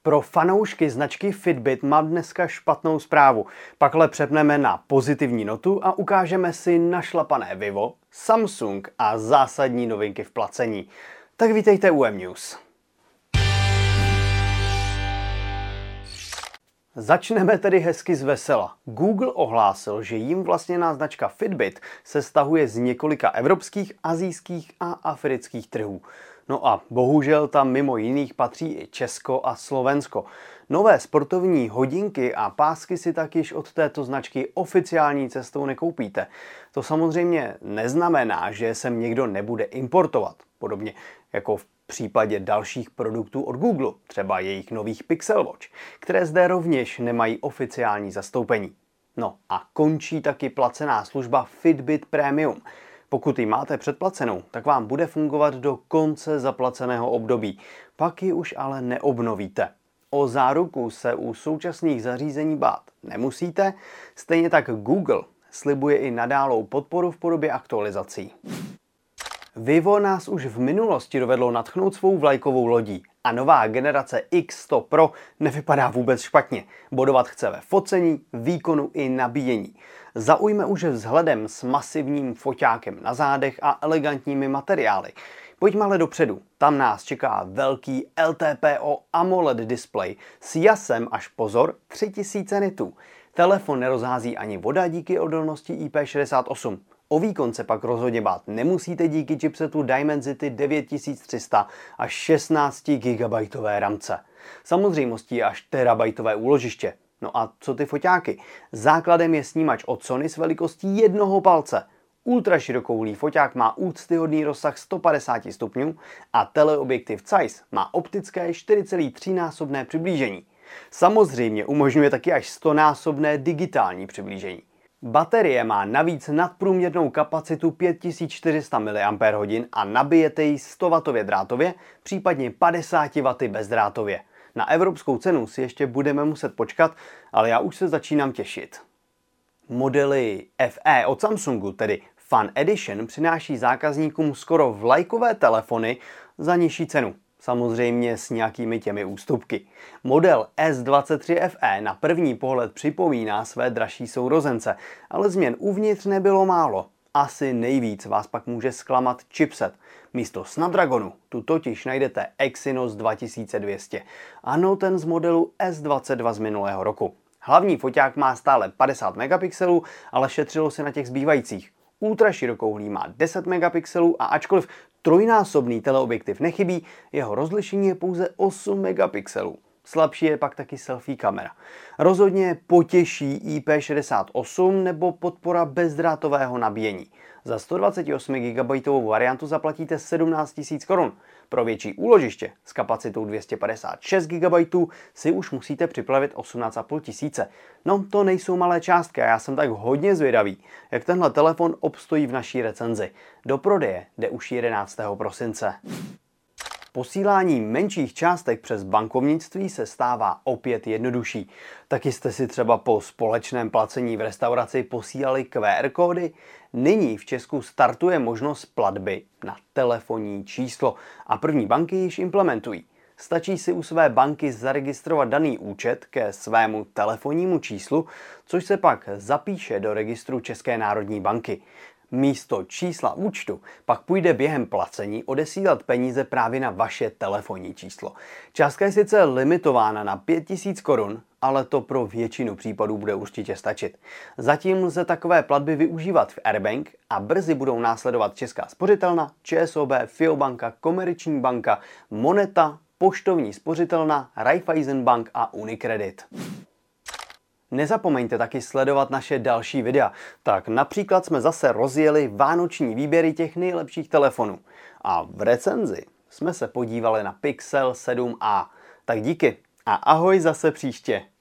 Pro fanoušky značky Fitbit mám dneska špatnou zprávu. Pakle přepneme na pozitivní notu a ukážeme si našlapané Vivo, Samsung a zásadní novinky v placení. Tak vítejte u M-News. Začneme tedy hezky z vesela. Google ohlásil, že jim vlastněná značka Fitbit se stahuje z několika evropských, asijských a afrických trhů. No a bohužel tam mimo jiných patří i Česko a Slovensko. Nové sportovní hodinky a pásky si tak již od této značky oficiální cestou nekoupíte. To samozřejmě neznamená, že sem někdo nebude importovat. Podobně jako v případě dalších produktů od Google, třeba jejich nových Pixel Watch, které zde rovněž nemají oficiální zastoupení. No a končí taky placená služba Fitbit Premium. Pokud ji máte předplacenou, tak vám bude fungovat do konce zaplaceného období. Pak ji už ale neobnovíte. O záruku se u současných zařízení bát nemusíte, stejně tak Google slibuje i nadálou podporu v podobě aktualizací. Vivo nás už v minulosti dovedlo nadchnout svou vlajkovou lodí a nová generace X100 Pro nevypadá vůbec špatně. Bodovat chce ve focení, výkonu i nabíjení. Zaujme už vzhledem s masivním foťákem na zádech a elegantními materiály. Pojďme ale dopředu. Tam nás čeká velký LTPO AMOLED displej s jasem až pozor 3000 nitů. Telefon nerozhází ani voda díky odolnosti IP68. O výkon se pak rozhodně bát nemusíte díky chipsetu Dimensity 9300 a 16 GB ramce. Samozřejmostí až terabajtové úložiště. No a co ty foťáky? Základem je snímač od Sony s velikostí jednoho palce. Ultraširokouhlý foťák má úctyhodný rozsah 150 stupňů a teleobjektiv Zeiss má optické 4,3násobné přiblížení. Samozřejmě umožňuje taky až 100násobné digitální přiblížení. Baterie má navíc nadprůměrnou kapacitu 5400 mAh a nabijete ji 100W drátově, případně 50W bezdrátově. Na evropskou cenu si ještě budeme muset počkat, ale já už se začínám těšit. Modely FE od Samsungu, tedy Fan Edition, přináší zákazníkům skoro vlajkové telefony za nižší cenu. Samozřejmě s nějakými těmi ústupky. Model S23 FE na první pohled připomíná své dražší sourozence, ale změn uvnitř nebylo málo. Asi nejvíc vás pak může zklamat chipset. Místo Snapdragonu tu totiž najdete Exynos 2200. Ano, ten z modelu S22 z minulého roku. Hlavní foťák má stále 50 megapixelů, ale šetřilo se na těch zbývajících. Ultraširokouhlý má 10 megapixelů a ačkoliv trojnásobný teleobjektiv nechybí, jeho rozlišení je pouze 8 megapixelů. Slabší je pak taky selfie kamera. Rozhodně potěší IP68 nebo podpora bezdrátového nabíjení. Za 128 GB variantu zaplatíte 17 000 korun. Pro větší úložiště s kapacitou 256 GB si už musíte připlavit 18 500. No to nejsou malé částky a já jsem tak hodně zvědavý, jak tenhle telefon obstojí v naší recenzi. Do prodeje jde už 11. prosince. Posílání menších částek přes bankovnictví se stává opět jednodušší. Taky jste si třeba po společném placení v restauraci posílali QR kódy? Nyní v Česku startuje možnost platby na telefonní číslo a první banky již implementují. Stačí si u své banky zaregistrovat daný účet ke svému telefonnímu číslu, což se pak zapíše do registru České národní banky. Místo čísla účtu pak půjde během placení odesílat peníze právě na vaše telefonní číslo. Částka je sice limitována na 5000 korun, ale to pro většinu případů bude určitě stačit. Zatím lze takové platby využívat v Airbank a brzy budou následovat Česká spořitelna, ČSOB, Fiobanka, Komerční banka, Moneta, Poštovní spořitelna, Raiffeisen Bank a Unicredit. Nezapomeňte taky sledovat naše další videa. Tak například jsme zase rozjeli vánoční výběry těch nejlepších telefonů. A v recenzi jsme se podívali na Pixel 7a. Tak díky a ahoj zase příště.